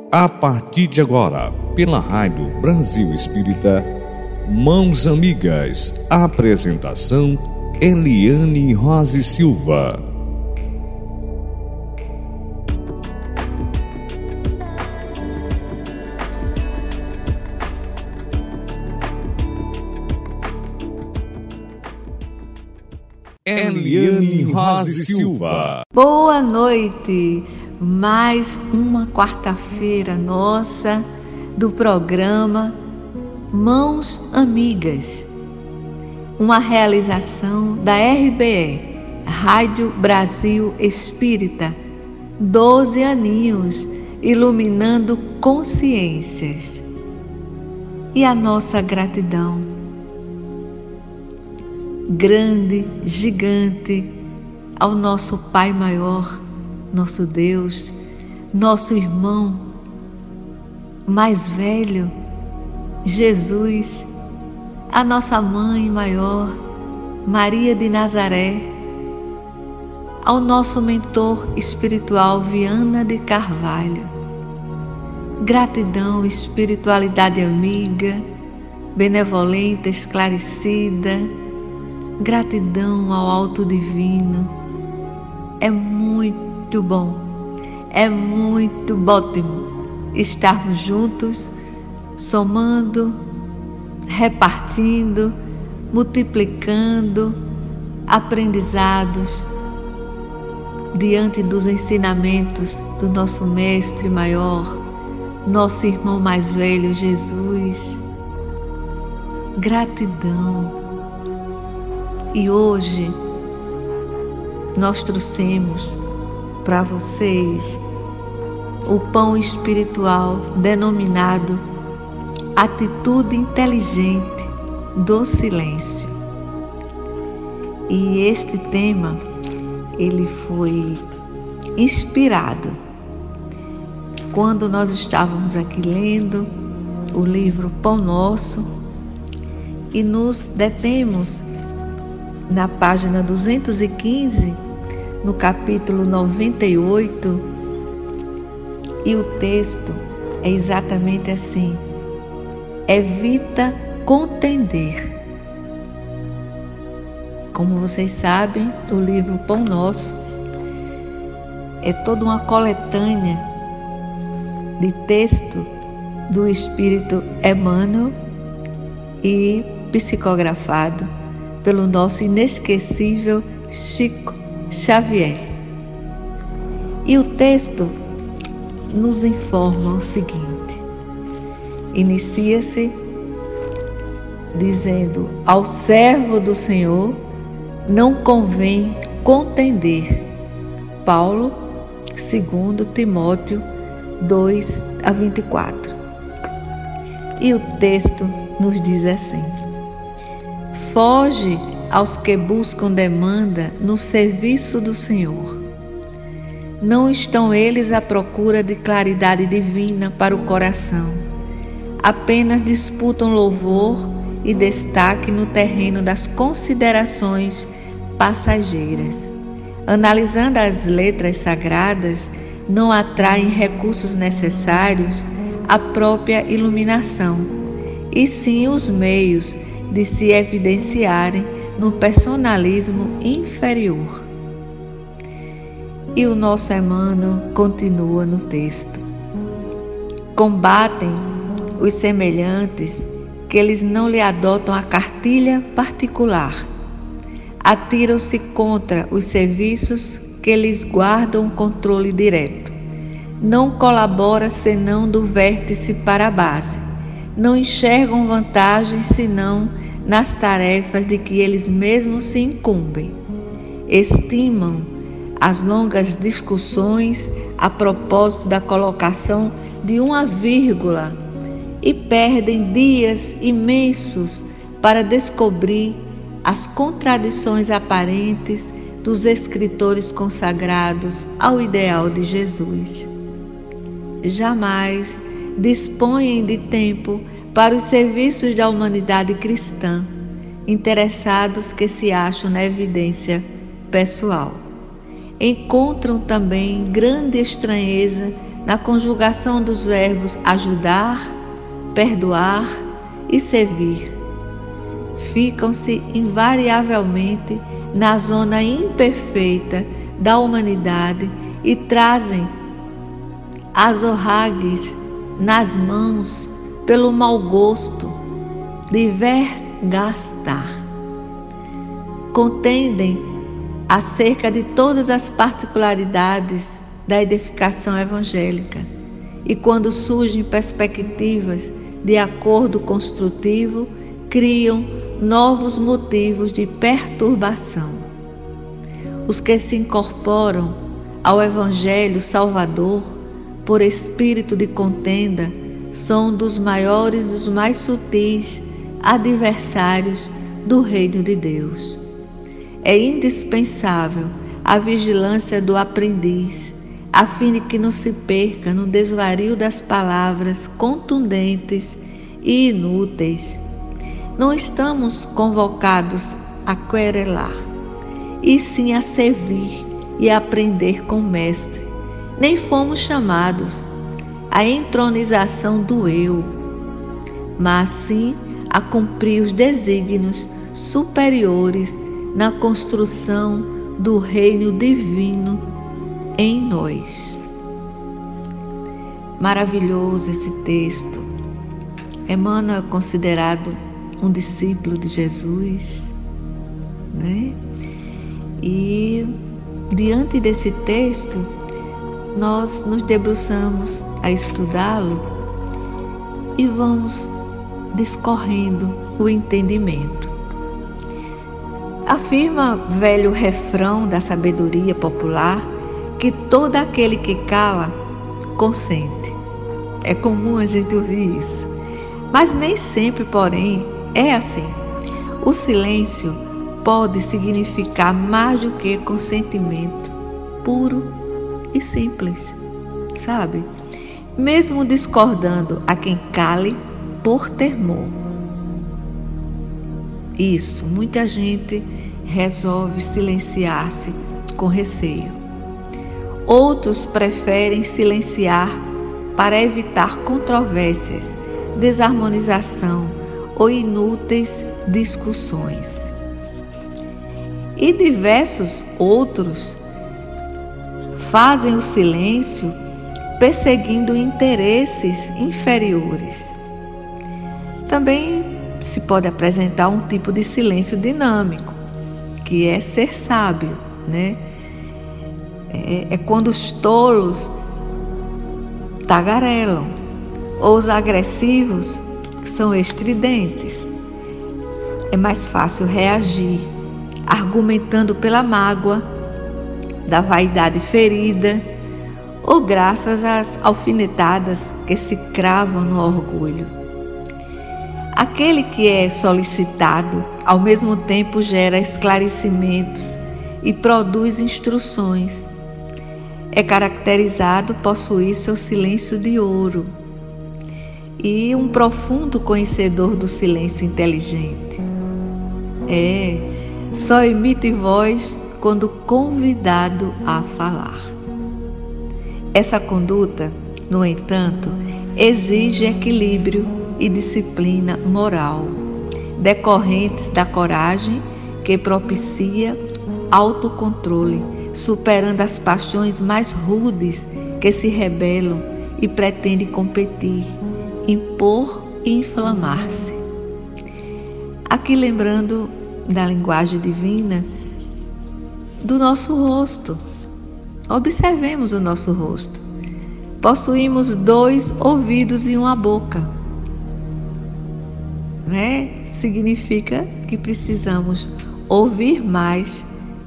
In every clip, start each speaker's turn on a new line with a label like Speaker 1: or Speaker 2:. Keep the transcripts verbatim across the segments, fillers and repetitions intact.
Speaker 1: A partir de agora, pela Rádio Brasil Espírita, Mãos Amigas, apresentação Eliane Rose Silva. Eliane Rose Silva.
Speaker 2: Boa noite, mais uma quarta-feira nossa do programa Mãos Amigas, uma realização da R B E, Rádio Brasil Espírita, doze aninhos iluminando consciências. E a nossa gratidão grande, gigante, ao nosso Pai Maior, nosso Deus, nosso irmão mais velho, Jesus, a nossa Mãe Maior, Maria de Nazaré, ao nosso mentor espiritual, Viana de Carvalho. Gratidão, espiritualidade amiga, benevolente, esclarecida. Gratidão ao Alto Divino. É muito bom, é muito ótimo estarmos juntos, somando, repartindo, multiplicando aprendizados diante dos ensinamentos do nosso Mestre Maior, nosso irmão mais velho, Jesus. Gratidão. E hoje nós trouxemos para vocês o pão espiritual denominado Atitude Inteligente do Silêncio. E este tema, ele foi inspirado quando nós estávamos aqui lendo o livro Pão Nosso e nos detemos na página duzentos e quinze, no capítulo noventa e oito, e o texto é exatamente assim: evita contender. Como vocês sabem, o livro Pão Nosso é toda uma coletânea de texto do Espírito Emmanuel e psicografado pelo nosso inesquecível Chico Xavier. E o texto nos informa o seguinte: inicia-se dizendo: ao servo do Senhor não convém contender. Paulo, segundo Timóteo dois a vinte e quatro. E o texto nos diz assim: foge aos que buscam demanda no serviço do Senhor. Não estão eles à procura de claridade divina para o coração. Apenas disputam louvor e destaque no terreno das considerações passageiras. Analisando as letras sagradas, não atraem recursos necessários à própria iluminação, e sim os meios de se evidenciarem no personalismo inferior. E o nosso Emmanuel continua no texto: combatem os semelhantes que eles não lhe adotam a cartilha particular, atiram-se contra os serviços que lhes guardam o controle direto, não colabora senão do vértice para a base, não enxergam vantagens senão nas tarefas de que eles mesmos se incumbem. Estimam as longas discussões a propósito da colocação de uma vírgula e perdem dias imensos para descobrir as contradições aparentes dos escritores consagrados ao ideal de Jesus. Jamais dispõem de tempo para os serviços da humanidade cristã, interessados que se acham na evidência pessoal. Encontram também grande estranheza na conjugação dos verbos ajudar, perdoar e servir. Ficam-se invariavelmente na zona imperfeita da humanidade e trazem azorragues nas mãos pelo mau gosto de vergastar. Contendem acerca de todas as particularidades da edificação evangélica e, quando surgem perspectivas de acordo construtivo, criam novos motivos de perturbação. Os que se incorporam ao Evangelho Salvador por espírito de contenda são dos maiores e dos mais sutis adversários do reino de Deus. É indispensável a vigilância do aprendiz, a fim de que não se perca no desvario das palavras contundentes e inúteis. Não estamos convocados a querelar, e sim a servir e a aprender com o Mestre. Nem fomos chamados à entronização do eu, mas sim a cumprir os desígnios superiores na construção do reino divino em nós. Maravilhoso esse texto. Emmanuel é considerado um discípulo de Jesus, né? E diante desse texto, nós nos debruçamos a estudá-lo e vamos discorrendo o entendimento. Afirma velho refrão da sabedoria popular que todo aquele que cala consente. É comum a gente ouvir isso, mas nem sempre, porém, é assim. O silêncio pode significar mais do que consentimento puro e simples, sabe? Mesmo discordando a quem cale por temor. Isso, muita gente resolve silenciar-se com receio. Outros preferem silenciar para evitar controvérsias, desarmonização ou inúteis discussões. E diversos outros fazem o silêncio perseguindo interesses inferiores. Também se pode apresentar um tipo de silêncio dinâmico, que é ser sábio, né? É, é quando os tolos tagarelam, ou os agressivos são estridentes. É mais fácil reagir, argumentando pela mágoa da vaidade ferida, ou graças às alfinetadas que se cravam no orgulho. Aquele que é solicitado, ao mesmo tempo gera esclarecimentos e produz instruções. É caracterizado possuir seu silêncio de ouro e um profundo conhecedor do silêncio inteligente. É, só emite voz quando convidado a falar. Essa conduta, no entanto, exige equilíbrio e disciplina moral, decorrentes da coragem que propicia autocontrole, superando as paixões mais rudes que se rebelam e pretendem competir, impor e inflamar-se. Aqui lembrando da linguagem divina, do nosso rosto. Observemos o nosso rosto. Possuímos dois ouvidos e uma boca, né? Significa que precisamos ouvir mais,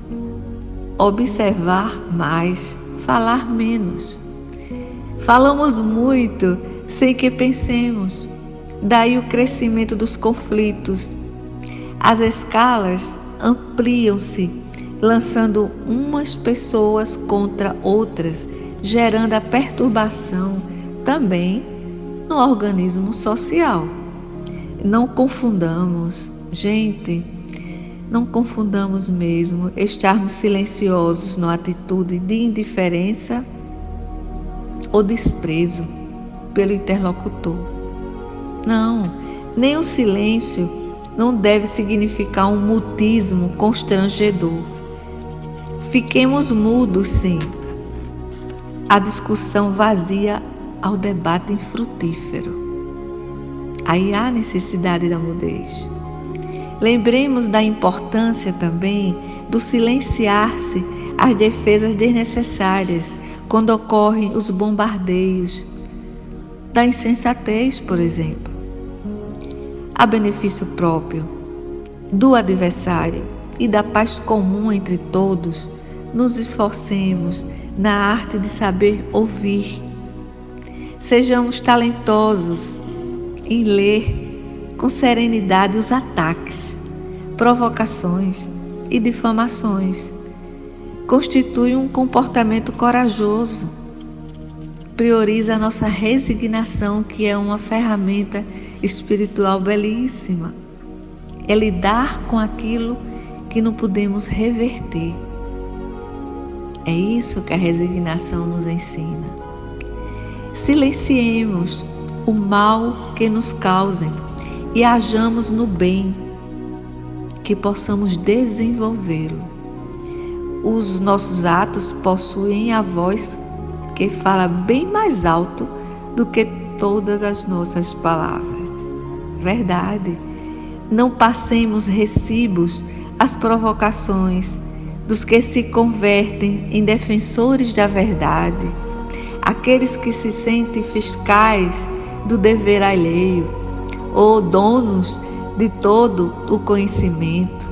Speaker 2: observar mais, falar menos. Falamos muito sem que pensemos, daí o crescimento dos conflitos. As escalas ampliam-se, lançando umas pessoas contra outras, gerando a perturbação também no organismo social. Não confundamos, gente, não confundamos mesmo estarmos silenciosos numa atitude de indiferença ou desprezo pelo interlocutor. Não, nem o silêncio não deve significar um mutismo constrangedor. Fiquemos mudos, sim. A discussão vazia ao debate infrutífero. Aí há necessidade da mudez. Lembremos da importância também do silenciar-se as defesas desnecessárias quando ocorrem os bombardeios da insensatez, por exemplo. A benefício próprio do adversário e da paz comum entre todos, nos esforcemos na arte de saber ouvir. Sejamos talentosos em ler com serenidade os ataques, provocações e difamações. Constitui um comportamento corajoso. Prioriza a nossa resignação, que é uma ferramenta espiritual belíssima. É lidar com aquilo que não podemos reverter. É isso que a resignação nos ensina. Silenciemos o mal que nos causem e hajamos no bem, que possamos desenvolvê-lo. Os nossos atos possuem a voz que fala bem mais alto do que todas as nossas palavras. Verdade. Não passemos recibos às provocações dos que se convertem em defensores da verdade, aqueles que se sentem fiscais do dever alheio ou donos de todo o conhecimento.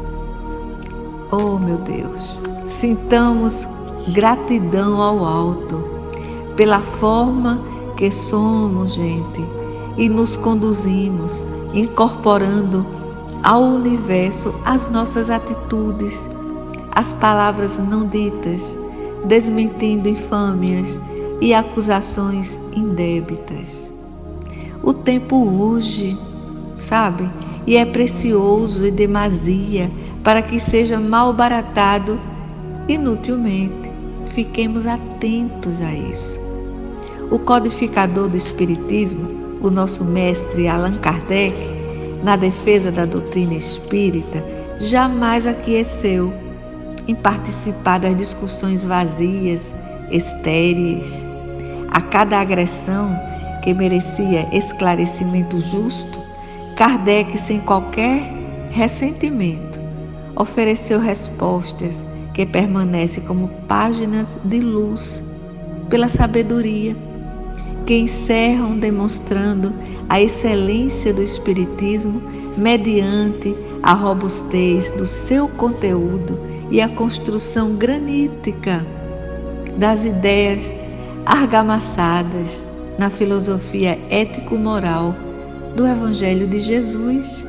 Speaker 2: Oh, meu Deus, sintamos gratidão ao alto pela forma que somos, gente, e nos conduzimos, incorporando ao universo as nossas atitudes, as palavras não ditas, desmentindo infâmias e acusações indébitas. O tempo urge, sabe? E é precioso e demasia para que seja malbaratado inutilmente. Fiquemos atentos a isso. O codificador do Espiritismo, o nosso mestre Allan Kardec, na defesa da doutrina espírita, jamais aqueceu em participar das discussões vazias, estéreis. A cada agressão que merecia esclarecimento justo, Kardec, sem qualquer ressentimento, ofereceu respostas que permanecem como páginas de luz pela sabedoria, que encerram demonstrando a excelência do Espiritismo mediante a robustez do seu conteúdo e a construção granítica das ideias argamassadas na filosofia ético-moral do Evangelho de Jesus,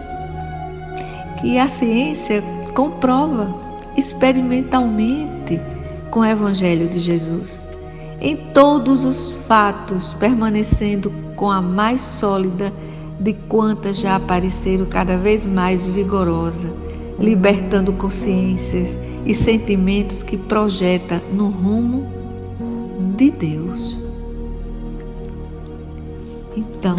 Speaker 2: que a ciência comprova experimentalmente com o Evangelho de Jesus, em todos os fatos, permanecendo com a mais sólida de quantas já apareceram, cada vez mais vigorosa, libertando consciências e sentimentos que projeta no rumo de Deus. Então,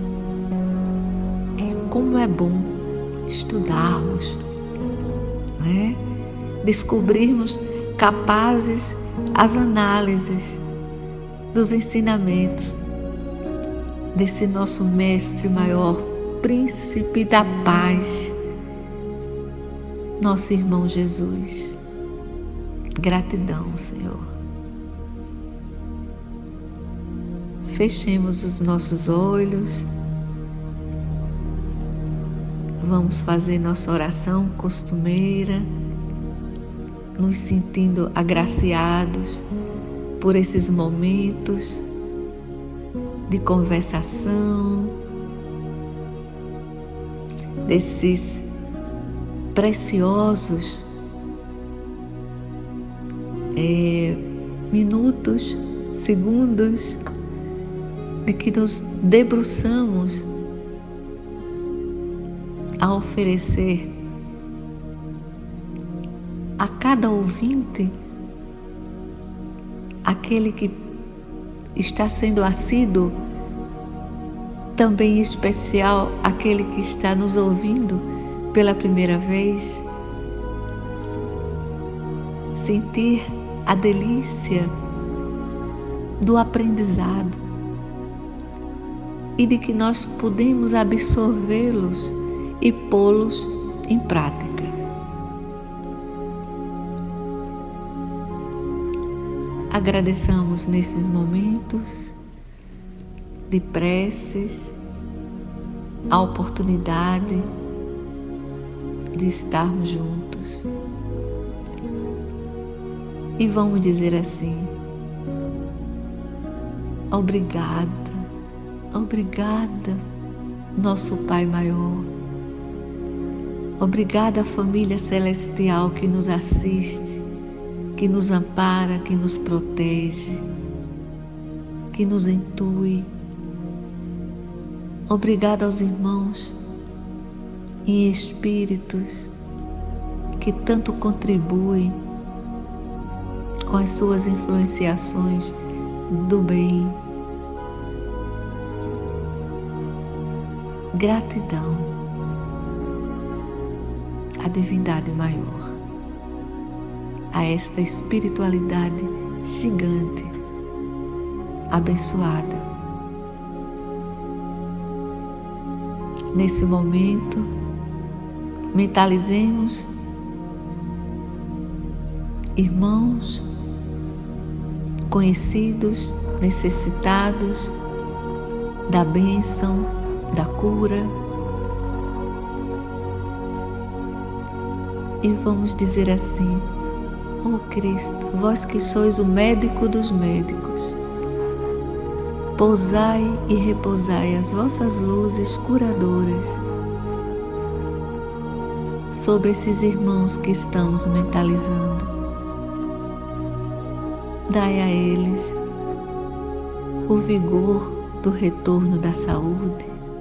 Speaker 2: como é bom estudarmos, né? Descobrirmos capazes as análises dos ensinamentos desse nosso mestre maior, príncipe da paz, nosso irmão Jesus. Gratidão, Senhor. Fechemos os nossos olhos. Vamos fazer nossa oração costumeira, nos sentindo agraciados por esses momentos de conversação, desses preciosos é, minutos, segundos, de que nos debruçamos a oferecer a cada ouvinte aquele que está sendo assíduo, também especial aquele que está nos ouvindo pela primeira vez. Sentir a delícia do aprendizado e de que nós podemos absorvê-los e pô-los em prática. Agradeçamos nesses momentos de preces a oportunidade de estarmos juntos. E vamos dizer assim: obrigada, obrigada, nosso Pai maior. Obrigada, família celestial que nos assiste, que nos ampara, que nos protege, que nos intui. Obrigada aos irmãos e espíritos que tanto contribuem com as suas influenciações do bem. Gratidão à divindade maior, a esta espiritualidade gigante, abençoada. Nesse momento, mentalizemos irmãos, conhecidos, necessitados da bênção, da cura. E vamos dizer assim: ó Cristo, vós que sois o médico dos médicos, pousai e repousai as vossas luzes curadoras sobre esses irmãos que estamos mentalizando. Dai a eles o vigor do retorno da saúde.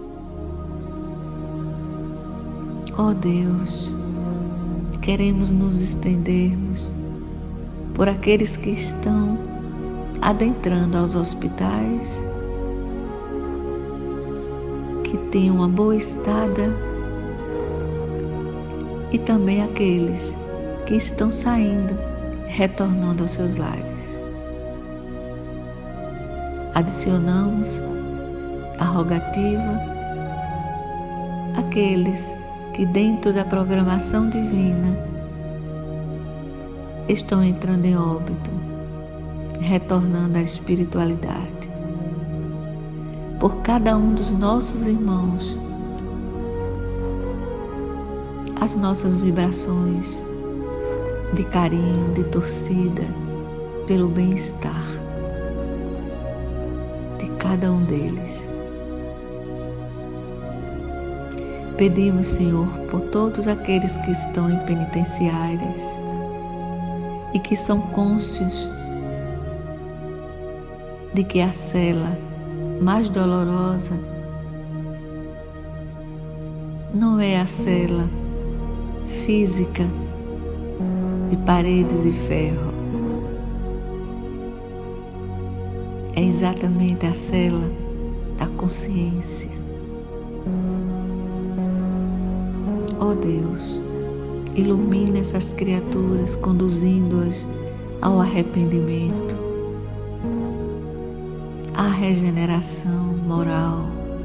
Speaker 2: Ó Deus, queremos nos estendermos por aqueles que estão adentrando aos hospitais, que tenham uma boa estada, e também aqueles que estão saindo, retornando aos seus lares. Adicionamos a rogativa àqueles que dentro da programação divina estão entrando em óbito, retornando à espiritualidade. Por cada um dos nossos irmãos, as nossas vibrações de carinho, de torcida, pelo bem-estar de cada um deles. Pedimos, Senhor, por todos aqueles que estão em penitenciárias e que são cônscios de que a cela mais dolorosa não é a cela física de paredes e ferro, é exatamente a cela da consciência. Ó Deus, ilumina essas criaturas, conduzindo-as ao arrependimento, à regeneração moral.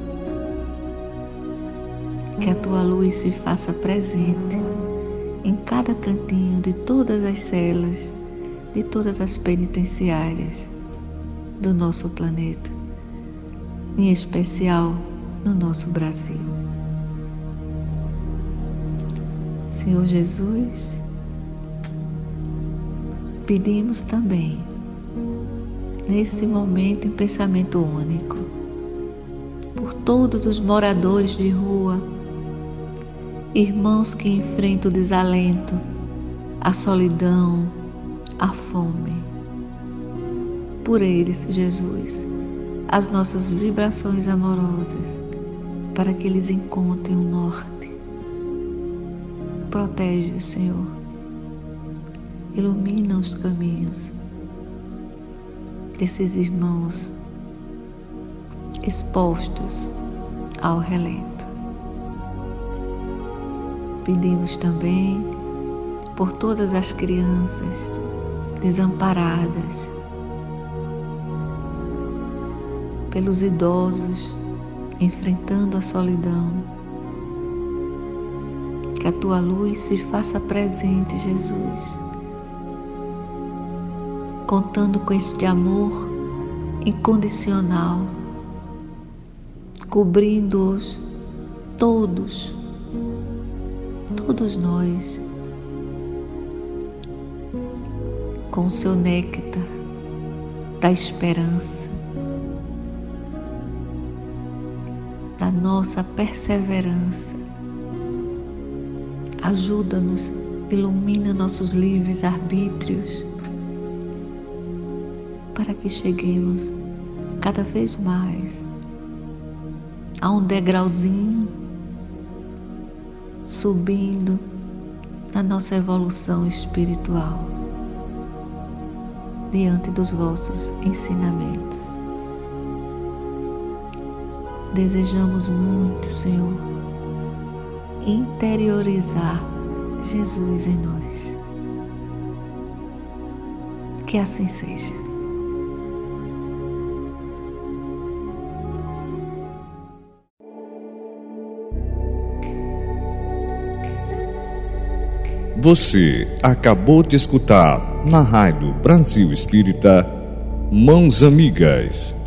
Speaker 2: Que a tua luz se faça presente em cada cantinho de todas as celas, de todas as penitenciárias do nosso planeta, em especial no nosso Brasil. Senhor Jesus, pedimos também, nesse momento em pensamento único, por todos os moradores de rua, irmãos que enfrentam o desalento, a solidão, a fome. Por eles, Jesus, as nossas vibrações amorosas, para que eles encontrem o norte. Protege, Senhor. Ilumina os caminhos desses irmãos expostos ao relento. Pedimos também por todas as crianças desamparadas, pelos idosos enfrentando a solidão. Que a tua luz se faça presente, Jesus, contando com este amor incondicional, cobrindo-os todos, todos nós, com o seu néctar da esperança, da nossa perseverança. Ajuda-nos, ilumina nossos livres arbítrios, para que cheguemos cada vez mais a um degrauzinho, subindo na nossa evolução espiritual, diante dos vossos ensinamentos. Desejamos muito, Senhor, interiorizar Jesus em nós. Que assim seja.
Speaker 1: Você acabou de escutar na Rádio Brasil Espírita Mãos Amigas.